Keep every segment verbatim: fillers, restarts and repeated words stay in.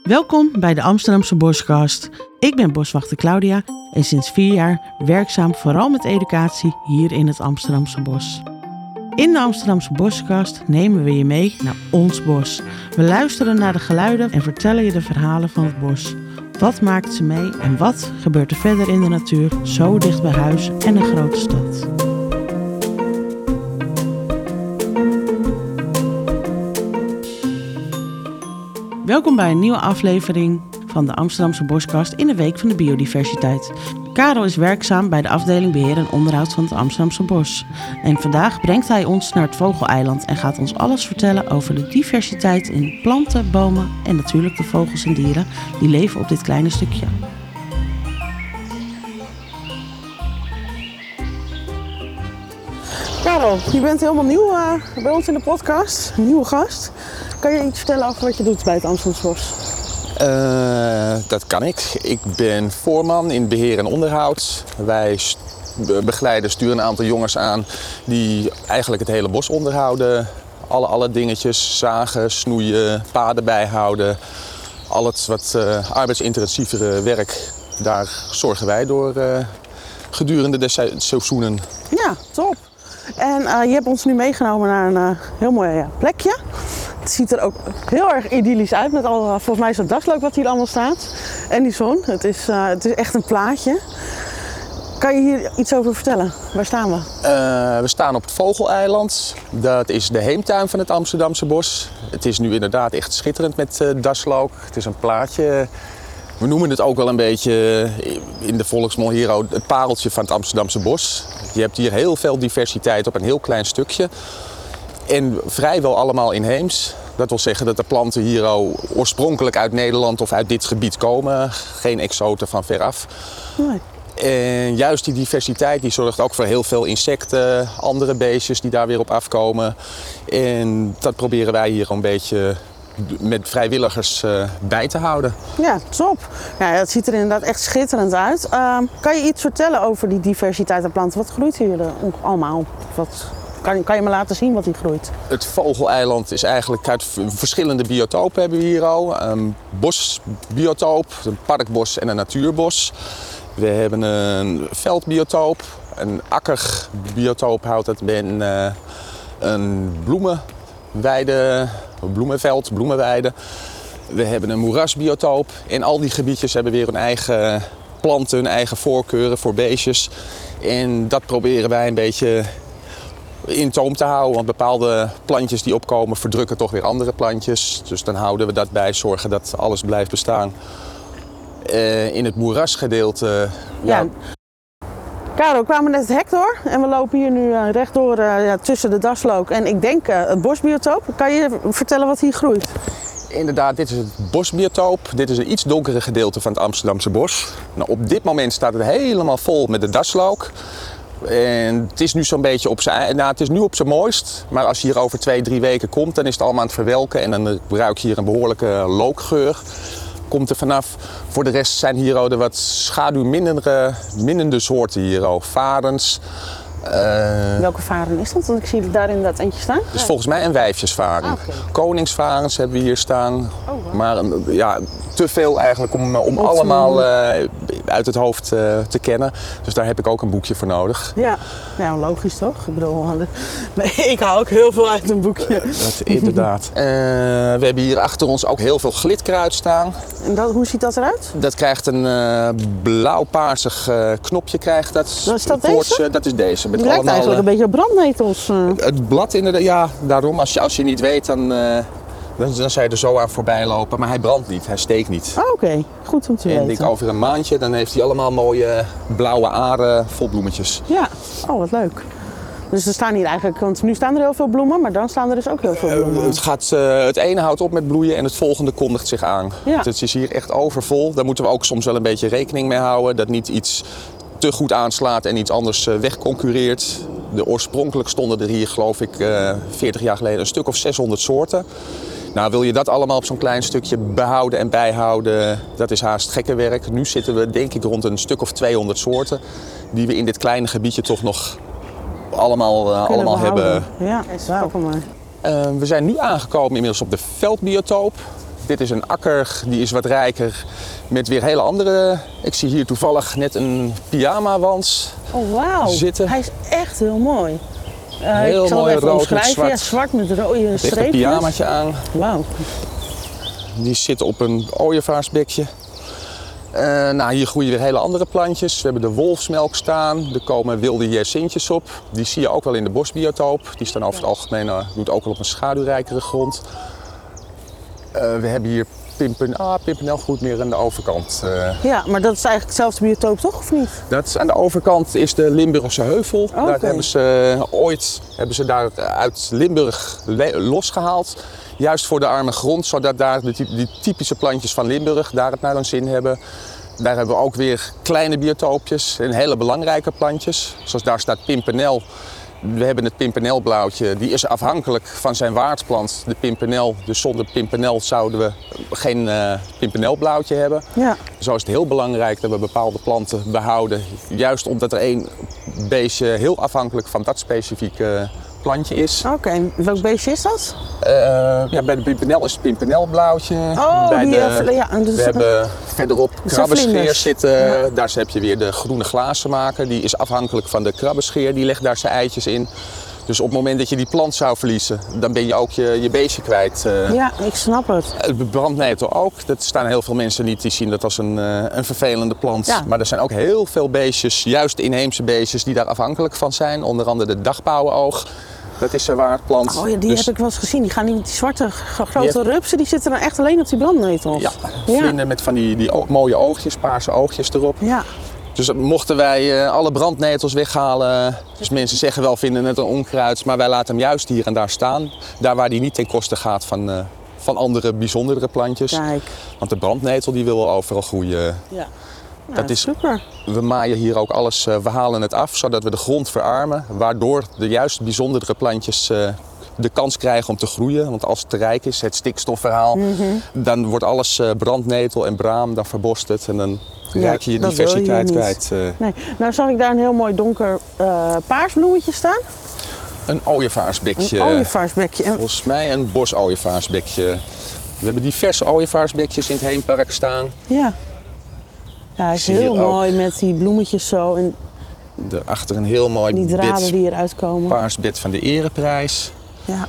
Welkom bij de Amsterdamse Boskast. Ik ben boswachter Claudia en sinds vier jaar werkzaam vooral met educatie hier in het Amsterdamse bos. In de Amsterdamse Boskast nemen we je mee naar ons bos. We luisteren naar de geluiden en vertellen je de verhalen van het bos. Wat maakt ze mee en wat gebeurt er verder in de natuur, zo dicht bij huis en een grote stad? Welkom bij een nieuwe aflevering van de Amsterdamse Boskast in de Week van de Biodiversiteit. Karel is werkzaam bij de afdeling beheer en onderhoud van het Amsterdamse Bos. En vandaag brengt hij ons naar het Vogeleiland en gaat ons alles vertellen over de diversiteit in planten, bomen en natuurlijk de vogels en dieren die leven op dit kleine stukje. Karel, je bent helemaal nieuw uh, bij ons in de podcast, een nieuwe gast. Kan je iets vertellen over wat je doet bij het Amsterdamse Bos? Uh, dat kan ik. Ik ben voorman in beheer en onderhoud. Wij st- begeleiden, sturen een aantal jongens aan die eigenlijk het hele bos onderhouden. Alle, alle dingetjes, zagen, snoeien, paden bijhouden. Al het wat uh, arbeidsintensievere werk, daar zorgen wij door uh, gedurende de se- seizoenen. Ja, top. En uh, je hebt ons nu meegenomen naar een uh, heel mooi uh, plekje. Het ziet er ook heel erg idyllisch uit met al, volgens mij is het daslook wat hier allemaal staat. En die zon. Het is, uh, het is echt een plaatje. Kan je hier iets over vertellen? Waar staan we? Uh, we staan op het Vogeleiland. Dat is de heemtuin van het Amsterdamse Bos. Het is nu inderdaad echt schitterend met uh, daslook. Het is een plaatje. We noemen het ook wel een beetje in de volksmond hier het pareltje van het Amsterdamse Bos. Je hebt hier heel veel diversiteit op een heel klein stukje. En vrijwel allemaal inheems. Dat wil zeggen dat de planten hier al oorspronkelijk uit Nederland of uit dit gebied komen. Geen exoten van veraf. Nee. En juist die diversiteit die zorgt ook voor heel veel insecten, andere beestjes die daar weer op afkomen. En dat proberen wij hier een beetje met vrijwilligers uh, bij te houden. Ja, top. Ja, het ziet er inderdaad echt schitterend uit. Uh, kan je iets vertellen over die diversiteit aan planten? Wat groeit hier allemaal? Wat... Kan, kan je me laten zien wat hier groeit? Het Vogeleiland is eigenlijk uit verschillende biotopen hebben we hier al. Een bosbiotoop, een parkbos en een natuurbos. We hebben een veldbiotoop, een akkerbiotoop houdt het bij een, uh, een bloemenweide, een bloemenveld, bloemenweide. We hebben een moerasbiotoop en al die gebiedjes hebben weer hun eigen planten, hun eigen voorkeuren voor beestjes. En dat proberen wij een beetje in toom te houden, want bepaalde plantjes die opkomen verdrukken toch weer andere plantjes. Dus dan houden we dat bij, zorgen dat alles blijft bestaan. Uh, in het moerasgedeelte... Ja. Ja. Karel, we kwamen net het hek door en we lopen hier nu uh, rechtdoor uh, ja, tussen de daslook en ik denk uh, het bosbiotoop. Kan je vertellen wat hier groeit? Inderdaad, dit is het bosbiotoop. Dit is een iets donkere gedeelte van het Amsterdamse Bos. Nou, op dit moment staat het helemaal vol met de daslook. En het is nu zo'n beetje op zijn, nou, het is nu op zijn mooist, maar als je hier over twee, drie weken komt, dan is het allemaal aan het verwelken en dan ruik je hier een behoorlijke lookgeur. Komt er vanaf. Voor de rest zijn hier ook de wat schaduwminnende minnende soorten hier ook. Varens. Uh, Welke varen is dat? Want ik zie daar inderdaad eentje staan. Dus volgens mij een wijfjesvaren. Ah, okay. Koningsvarens hebben we hier staan. Oh, wow. Maar ja, te veel eigenlijk om, om allemaal uh, uit het hoofd uh, te kennen. Dus daar heb ik ook een boekje voor nodig. Ja, ja logisch toch? Ik bedoel, nee, ik haal ook heel veel uit een boekje. Uh, dat, inderdaad. uh, we hebben hier achter ons ook heel veel glitkruid staan. En dat, hoe ziet dat eruit? Dat krijgt een uh, blauw-paarsig uh, knopje. Krijgt dat. Dat is dat voorts, deze? Uh, dat is deze. Het lijkt allemaal, eigenlijk een beetje op brandnetels. Uh. Het blad inderdaad, ja, daarom. Als je, als je niet weet, dan, uh, dan, dan zou je er zo aan voorbij lopen. Maar hij brandt niet, hij steekt niet. Oh, oké, okay. Goed om te en weten. En over een maandje, dan heeft hij allemaal mooie blauwe aren vol bloemetjes. Ja, oh wat leuk. Dus er staan hier eigenlijk, want nu staan er heel veel bloemen, maar dan staan er dus ook heel veel bloemen. Uh, het, gaat, uh, het ene houdt op met bloeien en het volgende kondigt zich aan. Ja. Dus het is hier echt overvol. Daar moeten we ook soms wel een beetje rekening mee houden. Dat niet iets te goed aanslaat en iets anders uh, wegconcurreert. De oorspronkelijk stonden er hier, geloof ik, uh, veertig jaar geleden een stuk of zeshonderd soorten. Nou, wil je dat allemaal op zo'n klein stukje behouden en bijhouden, dat is haast gekke werk. Nu zitten we denk ik rond een stuk of tweehonderd soorten die we in dit kleine gebiedje toch nog allemaal, uh, allemaal hebben. Ja, is wow. Mooi. Uh, we zijn nu aangekomen inmiddels op de veldbiotoop. Dit is een akker, die is wat rijker met weer hele andere... Ik zie hier toevallig net een pyjama-wans Oh, wauw. zitten. Hij is echt heel mooi. Uh, Heel ik zal mooi, het even rood met omschrijven. zwart. Ja, zwart met rode Echt een streepjes. pyjamaatje aan. Wauw. Die zitten op een ooievaarsbekje. Uh, nou, hier groeien weer hele andere plantjes. We hebben de wolfsmelk staan. Er komen wilde hyacintjes op. Die zie je ook wel in de bosbiotoop. Die staan over het algemeen uh, doet ook wel op een schaduwrijkere grond. Uh, we hebben hier pimpen, ah, pimpernel groeit meer aan de overkant. Uh, Ja, maar dat is eigenlijk hetzelfde biotoop, toch? Of niet? dat is, aan de overkant is de Limburgse heuvel. Okay. Daar hebben ze uh, ooit hebben ze daar uit Limburg le- losgehaald. Juist voor de arme grond, zodat daar de, die typische plantjes van Limburg daar het naar hun zin hebben. Daar hebben we ook weer kleine biotoopjes en hele belangrijke plantjes. Zoals daar staat pimpernel. We hebben het pimpernelblauwtje, die is afhankelijk van zijn waardplant, de pimpernel. Dus zonder pimpernel zouden we geen uh, pimpernelblauwtje hebben. Ja. Zo is het heel belangrijk dat we bepaalde planten behouden. Juist omdat er één beestje heel afhankelijk van dat specifieke plantje is. Oké, en welk beestje is dat? Uh, ja, bij de pimpernel is het pimpernelblauwtje. Oh, bij die, de, uh, ja, dus, we hebben verderop zijn krabbenscheer vlinders. zitten. Ja. Daar heb je weer de groene glazenmaker. Die is afhankelijk van de krabbenscheer. Die legt daar zijn eitjes in. Dus op het moment dat je die plant zou verliezen, dan ben je ook je, je beestje kwijt. Uh, Ja, ik snap het. De brandnetel ook. Dat staan heel veel mensen niet die zien dat als een, uh, een vervelende plant. Ja. Maar er zijn ook heel veel beestjes, juist de inheemse beestjes, die daar afhankelijk van zijn. Onder andere de dagpauwenoog. Dat is een waardplant. Oh ja, die Dus- heb ik wel eens gezien. Die gaan die, die zwarte g- grote Die rupsen, die zitten dan echt alleen op die brandnetels. Ja, Ja. vlinder met van die, die o- mooie oogjes, paarse oogjes erop. Ja. Dus mochten wij uh, alle brandnetels weghalen, dus mensen zeggen wel vinden het een onkruid, maar wij laten hem juist hier en daar staan. Daar waar die niet ten koste gaat van, uh, van andere bijzondere plantjes. Kijk. Want de brandnetel die wil wel overal groeien. Ja. Ja, Dat is- super. We maaien hier ook alles, uh, we halen het af zodat we de grond verarmen. Waardoor de juist bijzondere plantjes uh, de kans krijgen om te groeien. Want als het te rijk is, het stikstofverhaal, Mm-hmm. dan wordt alles uh, brandnetel en braam, dan verbost het. En dan Ja, raak je je dat wil je diversiteit niet. kwijt. Uh, Nee. Nou zag ik daar een heel mooi donker uh, paars bloemetje staan. een ooievaarsbekje. Een ooievaarsbekje. En- Volgens mij een bosooievaarsbekje. We hebben diverse ooievaarsbekjes in het Heenpark staan. Ja. Ja, hij is Zie je heel hier ook. mooi met die bloemetjes zo en Daarachter een heel mooi die draden bed, die eruit komen. paars bed van de ereprijs. Ja.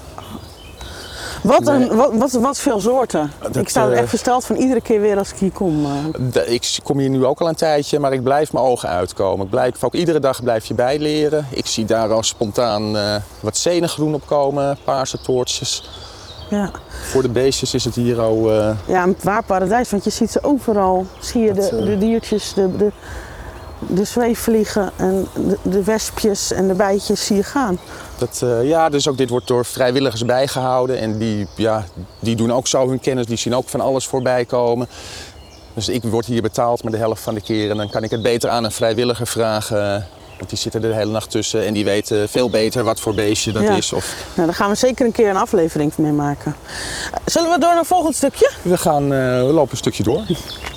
Wat, Nee. een, wat, wat, wat veel soorten. Dat, ik sta er eh, echt versteld van iedere keer weer als ik hier kom. uh. De- ik kom hier nu ook al een tijdje, maar ik blijf mijn ogen uitkomen. Ik blijf, ook iedere dag blijf je bijleren. Ik zie daar al spontaan uh, wat zenegroen op komen, paarse toortjes. Ja. Voor de beestjes is het hier al... Uh, Ja, een waar paradijs, want je ziet ze overal. Zie je Dat, de, eh, de diertjes, de, de, de zweefvliegen en de, de wespjes en de bijtjes zie je gaan. dat, uh, ja, dus ook dit wordt door vrijwilligers bijgehouden. En die, ja, die doen ook zo hun kennis, die zien ook van alles voorbij komen. Dus ik word hier betaald maar de helft van de keren. En dan kan ik het beter aan een vrijwilliger vragen. Want die zitten er de hele nacht tussen en die weten veel beter wat voor beestje dat Ja. is. Of... Nou, daar gaan we zeker een keer een aflevering mee maken. Zullen we door naar een volgend stukje? We gaan uh, we lopen een stukje door.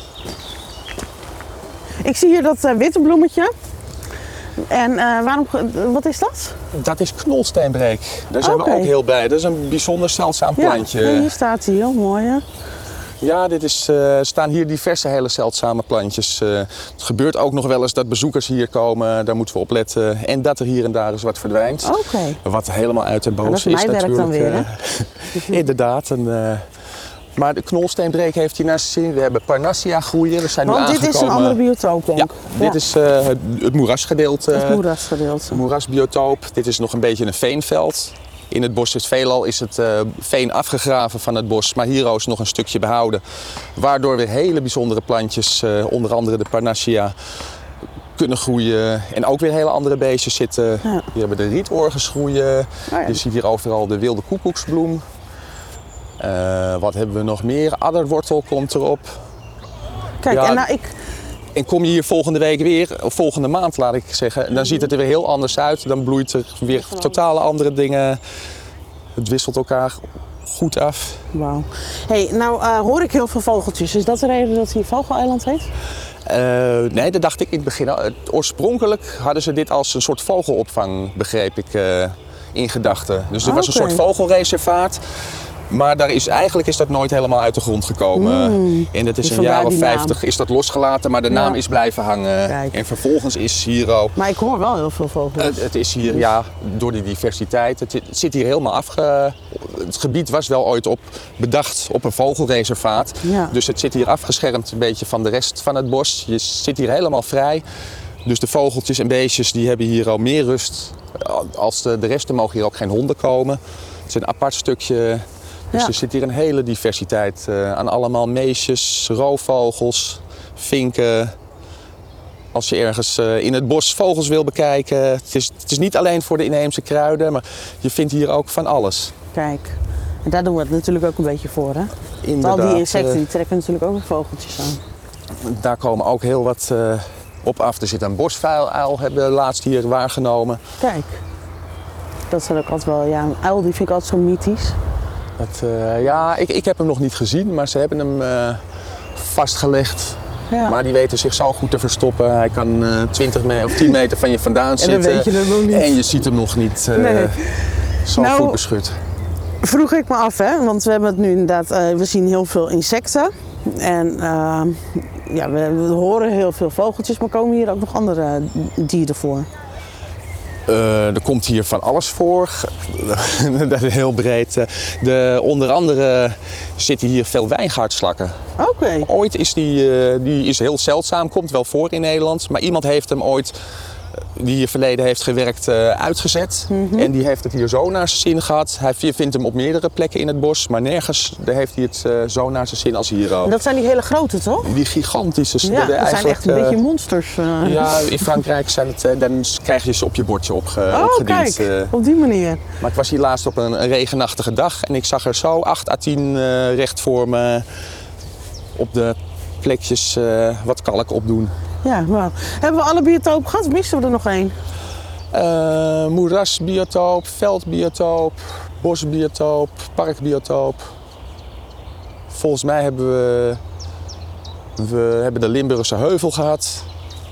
Ik zie hier dat uh, witte bloemetje. En uh, waarom, ge- wat is dat? Dat is knolsteenbreek. Daar zijn Oké. we ook heel bij. Dat is een bijzonder zeldzaam plantje. Ja, hier staat hij, heel mooi hè. Ja, dit is, uh, staan hier diverse hele zeldzame plantjes. Uh, het gebeurt ook nog wel eens dat bezoekers hier komen, daar moeten we op letten. En dat er hier en daar eens wat verdwijnt. Oké. Wat helemaal uit den boze dat is is mijn werk dan natuurlijk. weer, uh, inderdaad. En, uh, maar de knolsteenbreek heeft hier naast zin. We hebben Parnassia groeien. We zijn nu Want dit aangekomen. is een andere biotoop denk Ja, ik. dit is uh, het, het moerasgedeelte. het moerasgedeelte. Moerasbiotoop. Dit is nog een beetje een veenveld. In het bos is veelal is het uh, veen afgegraven van het bos, maar hier is nog een stukje behouden. Waardoor weer hele bijzondere plantjes, uh, onder andere de Parnassia, kunnen groeien. En ook weer hele andere beestjes zitten. Ja. Hier hebben de rietorgens groeien. ja. Je ziet hier overal de wilde koekoeksbloem. Uh, wat hebben we nog meer? Adderwortel komt erop. Kijk, Ja, en nou ik... En kom je hier volgende week weer, of volgende maand laat ik zeggen, dan ziet het er weer heel anders uit. Dan bloeit er weer totale andere dingen. Het wisselt elkaar goed af. Wauw. Hey, nou uh, hoor ik heel veel vogeltjes. Is dat de reden dat hij Vogeleiland heet? Uh, nee, dat dacht ik in het begin. al. Oorspronkelijk hadden ze dit als een soort vogelopvang, begreep ik, uh, in gedachten. Dus er was een Oké. soort vogelreservaat. Maar daar is, eigenlijk is dat nooit helemaal uit de grond gekomen. Mm. En dat is Dus een jaar vandaar of die vijftig is dat losgelaten, maar de naam Ja. is blijven hangen. Kijk. En vervolgens is hier ook... Maar ik hoor wel heel veel vogels. Het, het is hier, ja, door die diversiteit. Het, het zit hier helemaal afge... Het gebied was wel ooit op bedacht op een vogelreservaat. Ja. Dus het zit hier afgeschermd een beetje van de rest van het bos. Je zit hier helemaal vrij. Dus de vogeltjes en beestjes die hebben hier al meer rust. Als de, de resten mogen hier ook geen honden komen. Het is een apart stukje. Dus Ja. er zit hier een hele diversiteit uh, aan allemaal meesjes, roofvogels, vinken. Als je ergens uh, in het bos vogels wil bekijken. Het is, het is niet alleen voor de inheemse kruiden, maar je vindt hier ook van alles. Kijk, en daar doen we het natuurlijk ook een beetje voor, hè? Want Inderdaad, al die insecten uh, die trekken natuurlijk ook weer vogeltjes aan. Daar komen ook heel wat uh, op af. Er zit een bosvuiluil, hebben we laatst hier waargenomen. Kijk, dat is ook altijd wel, ja, een uil die vind ik altijd zo mythisch. Dat, uh, ja, ik, ik heb hem nog niet gezien, maar ze hebben hem uh, vastgelegd. Ja. Maar die weten zich zo goed te verstoppen. Hij kan uh, twintig me- of tien meter van je vandaan En zitten. dan weet je het nog niet. En je ziet hem nog niet uh, Nee. zo Nou, goed beschut. Vroeg ik me af, hè, want we hebben het nu inderdaad, uh, we zien heel veel insecten. En uh, ja, we, we horen heel veel vogeltjes, maar komen hier ook nog andere dieren voor? Uh, er komt hier van alles voor. Dat is heel breed. De, onder andere zitten hier veel wijngaardslakken. Oké. Okay. Ooit is die, uh, die is heel zeldzaam, komt wel voor in Nederland. Maar iemand heeft hem ooit, die hier verleden heeft gewerkt, uh, uitgezet. Mm-hmm. En die heeft het hier zo naar zijn zin gehad. Hij, je vindt hem op meerdere plekken in het bos. Maar nergens daar heeft hij het uh, zo naar zijn zin als hier ook. En dat zijn die hele grote, toch? Die gigantische. Ja, dat zijn echt een uh, beetje monsters. Uh. Ja, in Frankrijk zijn het, uh, dan krijg je ze op je bordje opge, oh, opgediend. Kijk, uh. op die manier. Maar ik was hier laatst op een, een regenachtige dag. En ik zag er zo acht à tien uh, recht voor me op de plekjes uh, wat kalk opdoen. Ja, nou, hebben we alle biotopen gehad? Missen we er nog één? Uh, moerasbiotoop, veldbiotoop, bosbiotoop, parkbiotoop. Volgens mij hebben we, we hebben de Limburgse heuvel gehad.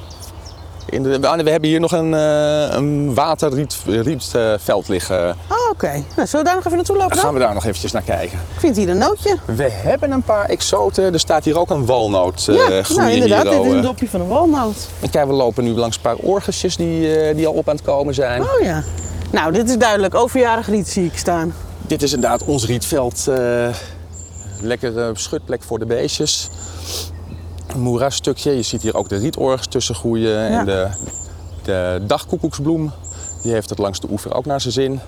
In de, we hebben hier nog een, uh, een waterrietveld liggen. Oh, oké. Okay. Nou, zullen we daar nog even naartoe lopen dan? Gaan we daar nog eventjes naar kijken. Ik vind hier een nootje. We hebben een paar exoten. Er staat hier ook een walnoot uh, ja, groeien nou, inderdaad, hier. dit is een dopje van een walnoot. En kijk, we lopen nu langs een paar orgusjes die, uh, die al op aan het komen zijn. Oh ja. Nou, dit is duidelijk. Overjarig riet zie ik staan. Dit is inderdaad ons rietveld. Uh, lekkere schutplek voor de beestjes. Een moerasstukje. Je ziet hier ook de rietorgus tussen groeien. Ja. En de, de dagkoekoeksbloem. Die heeft het langs de oever ook naar zijn zin.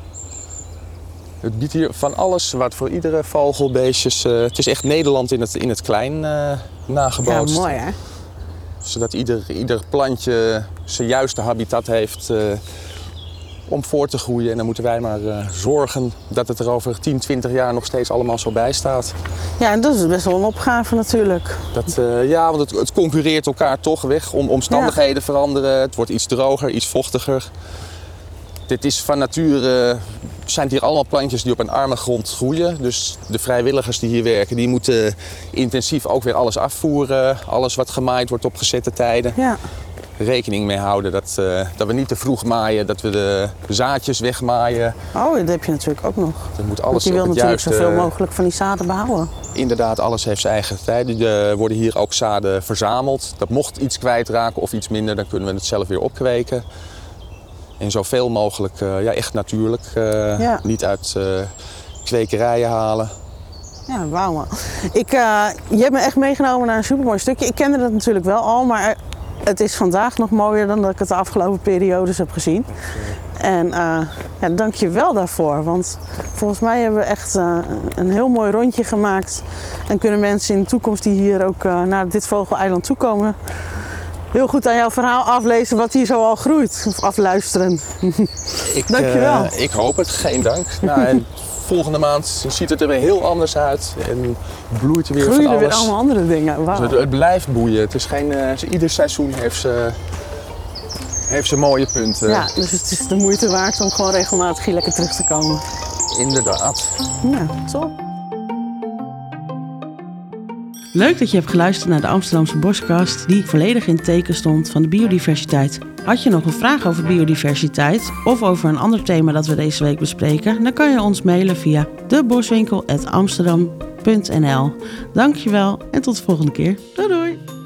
Het biedt hier van alles wat voor iedere vogel, beestjes. Uh, het is echt Nederland in het, in het klein uh, nagebootst. Ja, mooi hè? Zodat ieder, ieder plantje zijn juiste habitat heeft uh, om voor te groeien. En dan moeten wij maar uh, zorgen dat het er over tien, twintig jaar nog steeds allemaal zo bij staat. Ja, en dat is best wel een opgave natuurlijk. Dat, uh, ja, want het, het concurreert elkaar toch weg. Om, omstandigheden ja. veranderen. Het wordt iets droger, iets vochtiger. Dit is van nature, uh, zijn hier allemaal plantjes die op een arme grond groeien. Dus de vrijwilligers die hier werken, die moeten intensief ook weer alles afvoeren. Alles wat gemaaid wordt op gezette tijden. Ja. Rekening mee houden dat, uh, dat we niet te vroeg maaien, dat we de zaadjes wegmaaien. Oh, dat heb je natuurlijk ook nog. Dat moet alles Want je wil op het natuurlijk juiste, zoveel mogelijk van die zaden behouden. Inderdaad, alles heeft zijn eigen tijd. Er worden hier ook zaden verzameld. Dat mocht iets kwijtraken of iets minder, dan kunnen we het zelf weer opkweken. En zoveel mogelijk uh, ja, echt natuurlijk, uh, ja. niet uit uh, kwekerijen halen. Ja, wauw man. Ik, uh, je hebt me echt meegenomen naar een supermooi stukje. Ik kende dat natuurlijk wel al, maar het is vandaag nog mooier dan dat ik het de afgelopen periodes heb gezien. En uh, ja, dank je wel daarvoor, want volgens mij hebben we echt uh, een heel mooi rondje gemaakt. En kunnen mensen in de toekomst die hier ook uh, naar dit vogeleiland toekomen, heel goed aan jouw verhaal aflezen wat hier zo al groeit. Of afluisteren. Ik, dank je wel. Uh, ik hoop het, geen dank. Nou, en volgende maand ziet het er weer heel anders uit en bloeit er weer Groeien van alles. er weer allemaal andere dingen. Wow. Dus het, het blijft boeien. Het is geen, uh, ieder seizoen heeft ze, heeft ze mooie punten. Ja, dus het is de moeite waard om gewoon regelmatig hier lekker terug te komen. Inderdaad. Ja, top. Leuk dat je hebt geluisterd naar de Amsterdamse Boskast, die volledig in het teken stond van de biodiversiteit. Had je nog een vraag over biodiversiteit of over een ander thema dat we deze week bespreken? Dan kan je ons mailen via de boswinkel apenstaartje amsterdam punt n l. Dankjewel en tot de volgende keer. Doei doei!